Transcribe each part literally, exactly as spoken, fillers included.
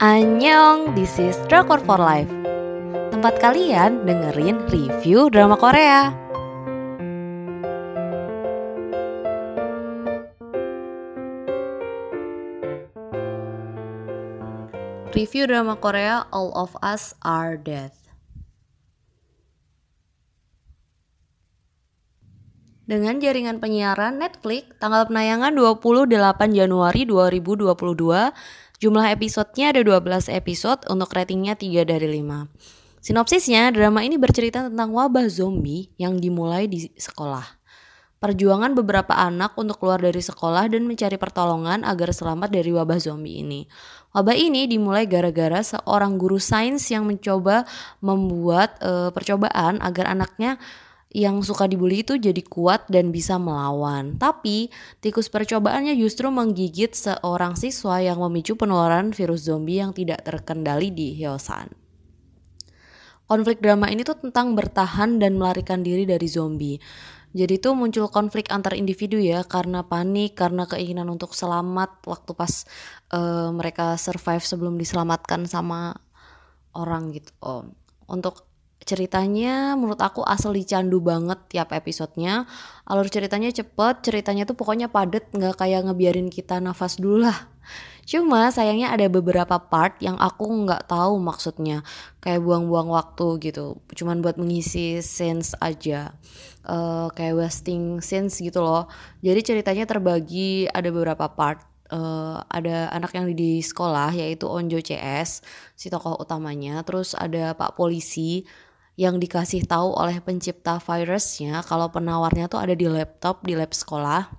Annyeong, this is Drakor for Life. Tempat kalian dengerin review drama Korea. Review drama Korea All of Us Are Dead. Dengan jaringan penyiaran Netflix, tanggal penayangan dua puluh delapan Januari dua ribu dua puluh dua, jumlah episodenya ada dua belas episode, untuk ratingnya tiga dari lima. Sinopsisnya, drama ini bercerita tentang wabah zombie yang dimulai di sekolah. Perjuangan beberapa anak untuk keluar dari sekolah dan mencari pertolongan agar selamat dari wabah zombie ini. Wabah ini dimulai gara-gara seorang guru sains yang mencoba membuat e, percobaan agar anaknya yang suka dibully itu jadi kuat dan bisa melawan. Tapi tikus percobaannya justru menggigit seorang siswa yang memicu penularan virus zombie yang tidak terkendali di Hyosan. Konflik drama ini tuh tentang bertahan dan melarikan diri dari zombie. Jadi tuh muncul konflik antar individu ya, karena panik, karena keinginan untuk selamat waktu pas uh, mereka survive sebelum diselamatkan sama orang gitu. Oh, untuk ceritanya menurut aku asli candu banget tiap episodenya. Alur ceritanya cepet, ceritanya tuh pokoknya padet, gak kayak ngebiarin kita nafas dulu lah. Cuma sayangnya ada beberapa part yang aku gak tahu maksudnya, kayak buang-buang waktu gitu, cuman buat mengisi scenes aja, uh, kayak wasting scenes gitu loh. Jadi ceritanya terbagi ada beberapa part. Uh, ada anak yang di sekolah yaitu Onjo C S, si tokoh utamanya. Terus ada Pak Polisi yang dikasih tahu oleh pencipta virusnya kalau penawarnya tuh ada di laptop di lab sekolah.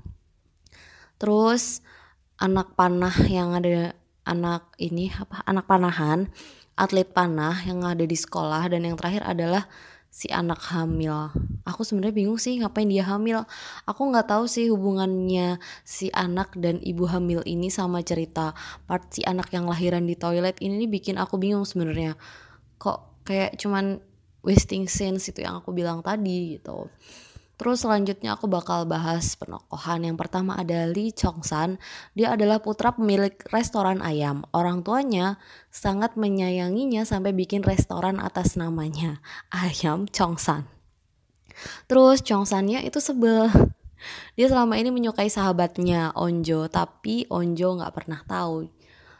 Terus anak panah yang ada anak ini apa anak panahan, atlet panah yang ada di sekolah, dan yang terakhir adalah si anak hamil. Aku sebenarnya bingung sih ngapain dia hamil. Aku nggak tahu sih hubungannya si anak dan ibu hamil ini sama cerita part si anak yang lahiran di toilet ini nih bikin aku bingung sebenarnya. Kok kayak cuman wasting scenes itu yang aku bilang tadi gitu. Terus selanjutnya aku bakal bahas penokohan. Yang pertama ada Lee Chong-san. Dia adalah putra pemilik restoran ayam. Orang tuanya sangat menyayanginya sampai bikin restoran atas namanya, Ayam Chong-san. Terus Chong-sannya itu sebel. Dia selama ini menyukai sahabatnya Onjo, tapi Onjo gak pernah tahu.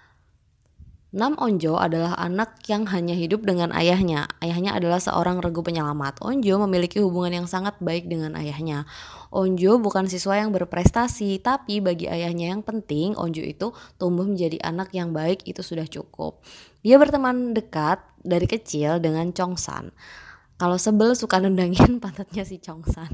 Nam Onjo adalah anak yang hanya hidup dengan ayahnya. Ayahnya adalah seorang regu penyelamat. Onjo memiliki hubungan yang sangat baik dengan ayahnya. Onjo bukan siswa yang berprestasi, tapi bagi ayahnya yang penting Onjo itu tumbuh menjadi anak yang baik, itu sudah cukup. Dia berteman dekat dari kecil dengan Chong-san. Kalau sebel suka nendangin pantatnya si Chong-san.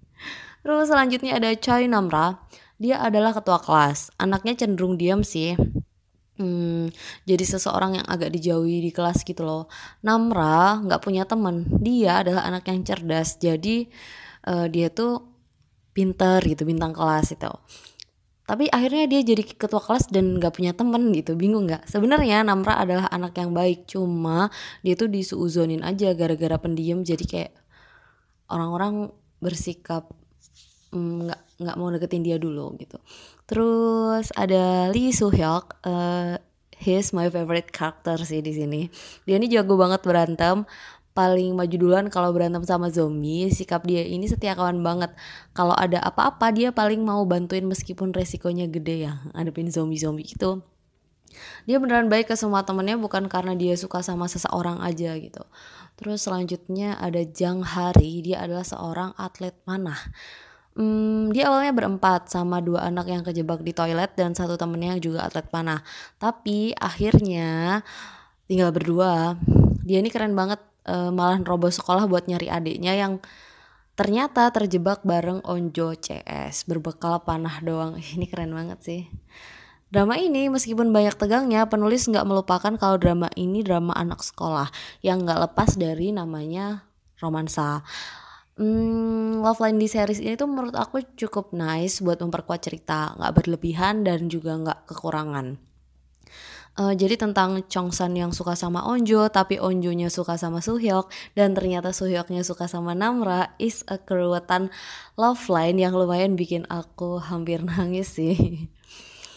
Terus selanjutnya ada Choi Namra. Dia adalah ketua kelas. Anaknya cenderung diam sih. Hmm, jadi seseorang yang agak dijauhi di kelas gitu loh. Namra nggak punya teman. Dia adalah anak yang cerdas. Jadi uh, dia tuh pinter gitu, bintang kelas itu. Tapi akhirnya dia jadi ketua kelas dan nggak punya teman gitu. Bingung nggak? Sebenarnya Namra adalah anak yang baik. Cuma dia tuh disuuzonin aja gara-gara pendiam. Jadi kayak orang-orang bersikap nggak mm, nggak mau deketin dia dulu gitu. Terus ada Lee Soo Hyuk, uh, he's my favorite character sih di sini. Dia ini jago banget berantem, paling maju duluan kalau berantem sama zombie. Sikap dia ini setia kawan banget. Kalau ada apa-apa dia paling mau bantuin meskipun resikonya gede ya, ngadepin zombie-zombie gitu. Dia beneran baik ke semua temennya, bukan karena dia suka sama seseorang aja gitu. Terus selanjutnya ada Jang Hari. Dia adalah seorang atlet panah. Hmm, dia awalnya berempat sama dua anak yang kejebak di toilet dan satu temennya yang juga atlet panah. Tapi akhirnya tinggal berdua. Dia ini keren banget, e, malah nerobos sekolah buat nyari adiknya yang ternyata terjebak bareng Onjo C S, berbekal panah doang. Ini keren banget sih. Drama ini meskipun banyak tegangnya, penulis gak melupakan kalau drama ini drama anak sekolah yang gak lepas dari namanya romansa. Hmm, love line di series ini tuh menurut aku cukup nice buat memperkuat cerita, nggak berlebihan dan juga nggak kekurangan. Uh, jadi tentang Chong-san yang suka sama Onjo, tapi Onjonya suka sama Soo Hyuk, dan ternyata Soo Hyuknya suka sama Namra, is a keruwetan love line yang lumayan bikin aku hampir nangis sih.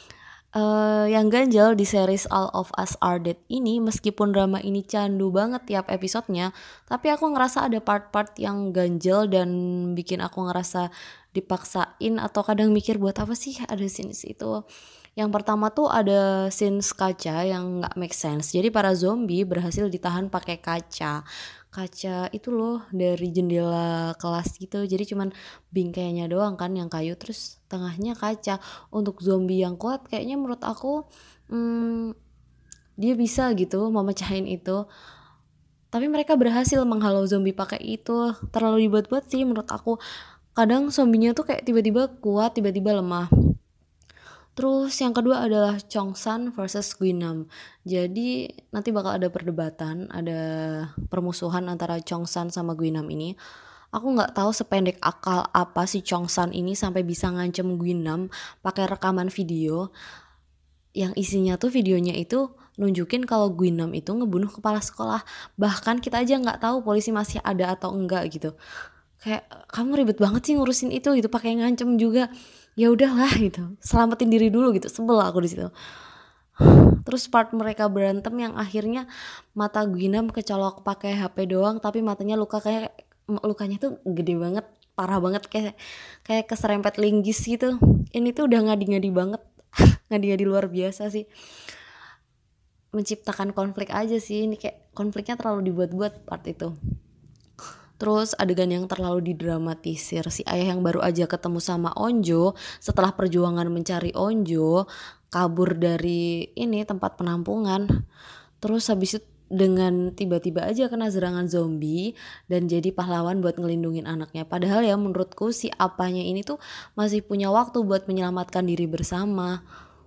Uh, yang ganjal di series All of Us Are Dead ini, meskipun drama ini candu banget tiap episodenya, tapi aku ngerasa ada part-part yang ganjal dan bikin aku ngerasa dipaksain atau kadang mikir buat apa sih ada scenes itu. Yang pertama tuh ada scenes kaca yang nggak make sense. Jadi para zombie berhasil ditahan pakai kaca. Kaca itu loh dari jendela kelas gitu. Jadi cuman bingkainya doang kan yang kayu, terus tengahnya kaca. Untuk zombie yang kuat kayaknya menurut aku hmm, dia bisa gitu memecahin itu. Tapi mereka berhasil menghalau zombie pakai itu. Terlalu dibuat-buat sih menurut aku. Kadang zombinya tuh kayak tiba-tiba kuat, tiba-tiba lemah. Terus yang kedua adalah Chongsan versus Guinam. Jadi nanti bakal ada perdebatan, ada permusuhan antara Chongsan sama Guinam ini. Aku nggak tahu sependek akal apa si Chongsan ini sampai bisa ngancem Guinam pakai rekaman video. Yang isinya tuh videonya itu nunjukin kalau Guinam itu ngebunuh kepala sekolah. Bahkan kita aja nggak tahu polisi masih ada atau enggak gitu. Kayak kamu ribet banget sih ngurusin itu gitu, pakai ngancem juga. Ya udahlah gitu, selamatin diri dulu gitu. Sebel aku di situ. Terus part mereka berantem yang akhirnya mata Guinam kecolok pakai H P doang, tapi matanya luka, kayak lukanya tuh gede banget, parah banget, kayak kayak keserempet linggis gitu. Ini tuh udah ngadi-ngadi banget. Ngadi-ngadi luar biasa sih. Menciptakan konflik aja sih. Ini kayak konfliknya terlalu dibuat-buat part itu. Terus adegan yang terlalu didramatisir, si ayah yang baru aja ketemu sama Onjo setelah perjuangan mencari Onjo, kabur dari ini tempat penampungan. Terus habis itu dengan tiba-tiba aja kena serangan zombie dan jadi pahlawan buat ngelindungin anaknya. Padahal ya menurutku si apanya ini tuh masih punya waktu buat menyelamatkan diri bersama.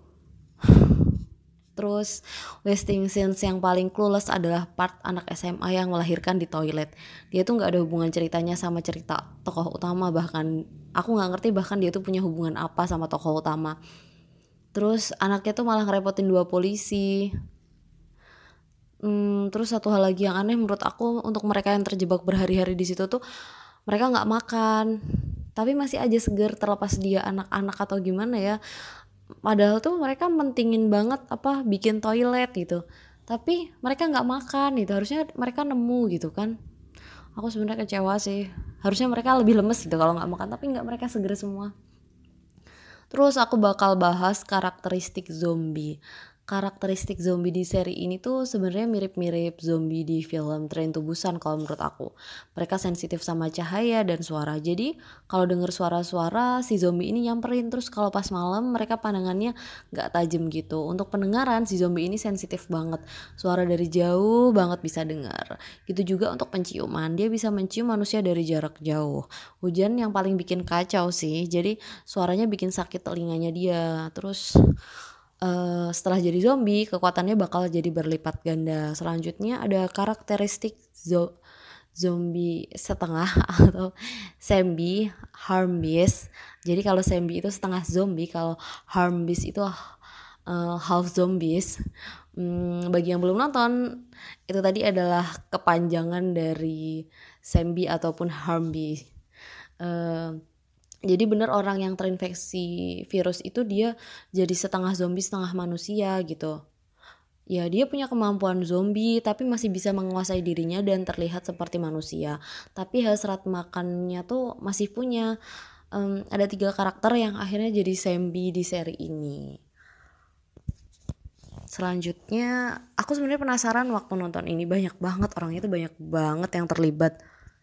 Terus wasting scenes yang paling clueless adalah part anak S M A yang melahirkan di toilet. Dia tuh gak ada hubungan ceritanya sama cerita tokoh utama, bahkan aku gak ngerti bahkan dia tuh punya hubungan apa sama tokoh utama. Terus anaknya tuh malah ngerepotin dua polisi. Hmm, terus satu hal lagi yang aneh menurut aku, untuk mereka yang terjebak berhari-hari di situ tuh mereka gak makan, tapi masih aja seger terlepas dia anak-anak atau gimana ya. Padahal tuh mereka mentingin banget apa bikin toilet gitu, tapi mereka nggak makan gitu. Harusnya mereka nemu gitu kan. Aku sebenarnya kecewa sih, harusnya mereka lebih lemes gitu kalau nggak makan, tapi nggak, mereka seger semua. Terus aku bakal bahas karakteristik zombie. Karakteristik zombie di seri ini tuh sebenarnya mirip-mirip zombie di film Train to Busan kalau menurut aku. Mereka sensitif sama cahaya dan suara. Jadi kalau denger suara-suara si zombie ini nyamperin. Terus kalau pas malam mereka pandangannya gak tajam gitu. Untuk pendengaran si zombie ini sensitif banget. Suara dari jauh banget bisa dengar. Gitu juga untuk penciuman. Dia bisa mencium manusia dari jarak jauh. Hujan yang paling bikin kacau sih. Jadi suaranya bikin sakit telinganya dia. Terus Uh, setelah jadi zombie, kekuatannya bakal jadi berlipat ganda. Selanjutnya ada karakteristik zo- zombie setengah atau zombie harm beast. Jadi kalau zombie itu setengah zombie, kalau harm beast itu uh, half zombies. Hmm, bagi yang belum nonton, itu tadi adalah kepanjangan dari zombie ataupun harm beast. Uh, Jadi bener orang yang terinfeksi virus itu dia jadi setengah zombie setengah manusia gitu. Ya dia punya kemampuan zombie tapi masih bisa menguasai dirinya dan terlihat seperti manusia. Tapi hasrat makannya tuh masih punya. Um, ada tiga karakter yang akhirnya jadi zombie di seri ini. Selanjutnya aku sebenarnya penasaran waktu nonton ini, banyak banget orangnya tuh, banyak banget yang terlibat.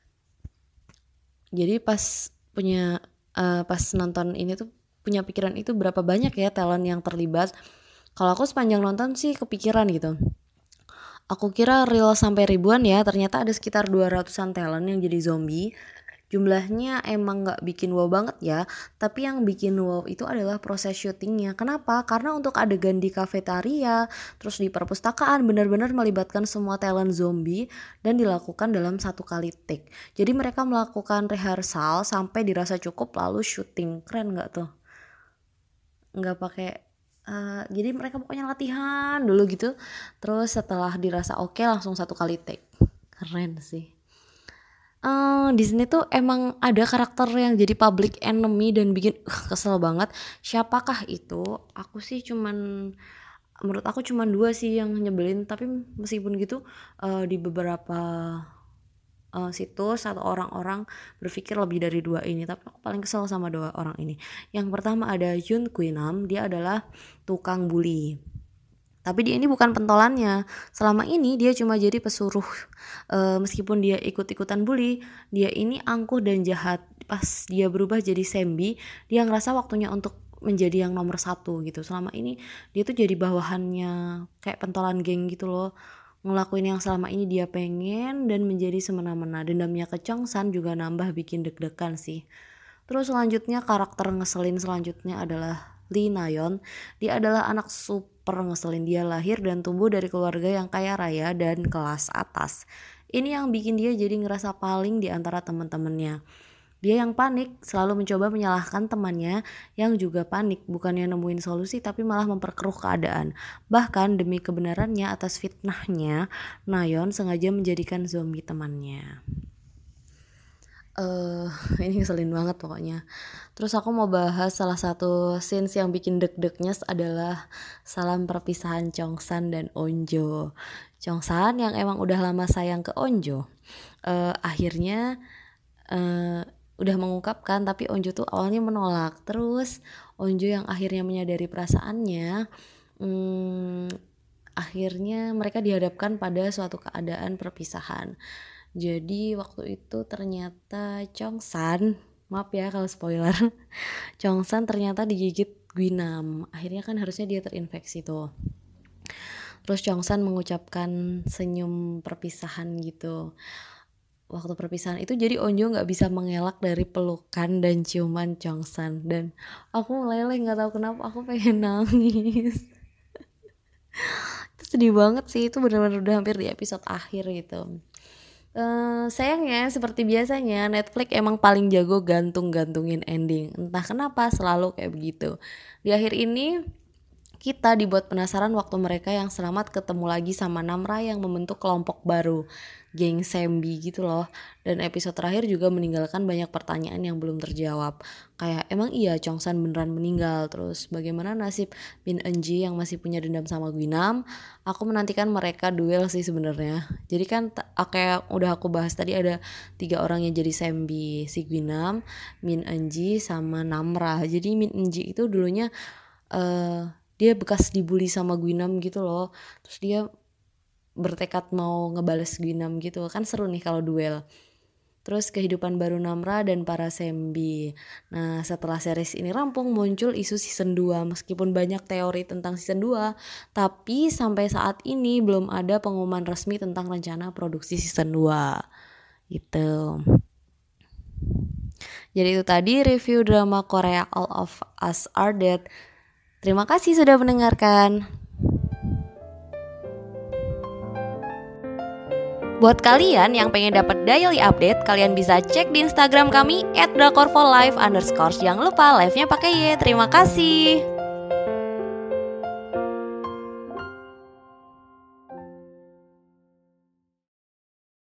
Jadi pas punya Uh, pas nonton ini tuh punya pikiran itu berapa banyak ya talent yang terlibat. Kalau aku sepanjang nonton sih kepikiran gitu. Aku kira real sampai ribuan ya, ternyata ada sekitar dua ratusan talent yang jadi zombie. Jumlahnya emang gak bikin wow banget ya, tapi yang bikin wow itu adalah proses syutingnya. Kenapa? Karena untuk adegan di kafetaria, terus di perpustakaan, benar-benar melibatkan semua talent zombie dan dilakukan dalam satu kali take. Jadi mereka melakukan rehearsal sampai dirasa cukup lalu syuting. Keren gak tuh? Gak pakai uh, jadi mereka pokoknya latihan dulu gitu, terus setelah dirasa oke okay, langsung satu kali take. Keren sih. Eee, di sini tuh emang ada karakter yang jadi public enemy dan bikin, uh, kesel banget. Siapakah itu? Aku sih cuman menurut aku cuman dua sih yang nyebelin, tapi meskipun gitu, eee, di beberapa, eee, situs atau orang-orang berpikir lebih dari dua ini, tapi aku paling kesel sama dua orang ini. Yang pertama ada Yoon Nam, dia adalah tukang bully. Tapi dia ini bukan pentolannya. Selama ini dia cuma jadi pesuruh. E, meskipun dia ikut-ikutan bully, dia ini angkuh dan jahat. Pas dia berubah jadi Sembi, dia ngerasa waktunya untuk menjadi yang nomor satu gitu. Selama ini dia tuh jadi bawahannya, kayak pentolan geng gitu loh. Ngelakuin yang selama ini dia pengen dan menjadi semena-mena. Dendamnya ke Chongsan juga nambah bikin deg-degan sih. Terus selanjutnya karakter ngeselin selanjutnya adalah Lee Nayeon. Dia adalah anak super ngeselin. Dia lahir dan tumbuh dari keluarga yang kaya raya dan kelas atas. Ini yang bikin dia jadi ngerasa paling di antara teman-temannya. Dia yang panik, selalu mencoba menyalahkan temannya yang juga panik. Bukannya nemuin solusi tapi malah memperkeruh keadaan. Bahkan demi kebenarannya atas fitnahnya, Nayeon sengaja menjadikan zombie temannya. Uh, ini ngeselin banget pokoknya. Terus aku mau bahas salah satu scenes yang bikin deg-degnya adalah salam perpisahan Chongsan dan Onjo. Chongsan yang emang udah lama sayang ke Onjo, uh, akhirnya uh, udah mengungkapkan, tapi Onjo tuh awalnya menolak. Terus Onjo yang akhirnya menyadari perasaannya, hmm, akhirnya mereka dihadapkan pada suatu keadaan perpisahan. Jadi waktu itu ternyata Chongsan, maaf ya kalau spoiler, Chongsan ternyata digigit Guinam. Akhirnya kan harusnya dia terinfeksi tuh. Terus Chongsan mengucapkan senyum perpisahan gitu. Waktu perpisahan itu jadi Onjo nggak bisa mengelak dari pelukan dan ciuman Chongsan. Dan aku meleleh, nggak tahu kenapa aku pengen nangis. Itu sedih banget sih, itu benar-benar udah hampir di episode akhir gitu. Uh, sayangnya seperti biasanya Netflix emang paling jago gantung-gantungin ending. Entah kenapa selalu kayak begitu. Di akhir ini kita dibuat penasaran waktu mereka yang selamat ketemu lagi sama Namra yang membentuk kelompok baru, geng Sembi gitu loh. Dan episode terakhir juga meninggalkan banyak pertanyaan yang belum terjawab. Kayak emang iya Chongsan beneran meninggal? Terus bagaimana nasib Min Eunji yang masih punya dendam sama Guinam? Aku menantikan mereka duel sih sebenarnya. Jadi kan t- kayak udah aku bahas tadi ada tiga orang yang jadi Sembi, si Guinam, Min Eunji sama Namra. Jadi Min Eunji itu dulunya uh, dia bekas dibully sama Guinam gitu loh. Terus dia bertekad mau ngebales Guinam gitu. Kan seru nih kalau duel. Terus kehidupan baru Namra dan para Sembi. Nah setelah series ini rampung muncul isu season dua. Meskipun banyak teori tentang season dua, tapi sampai saat ini belum ada pengumuman resmi tentang rencana produksi season dua gitu. Jadi itu tadi review drama Korea All of Us Are Dead. Terima kasih sudah mendengarkan. Buat kalian yang pengen dapat daily update, kalian bisa cek di Instagram kami at drakorfolive underscore. Jangan lupa live-nya pakai Y. Terima kasih.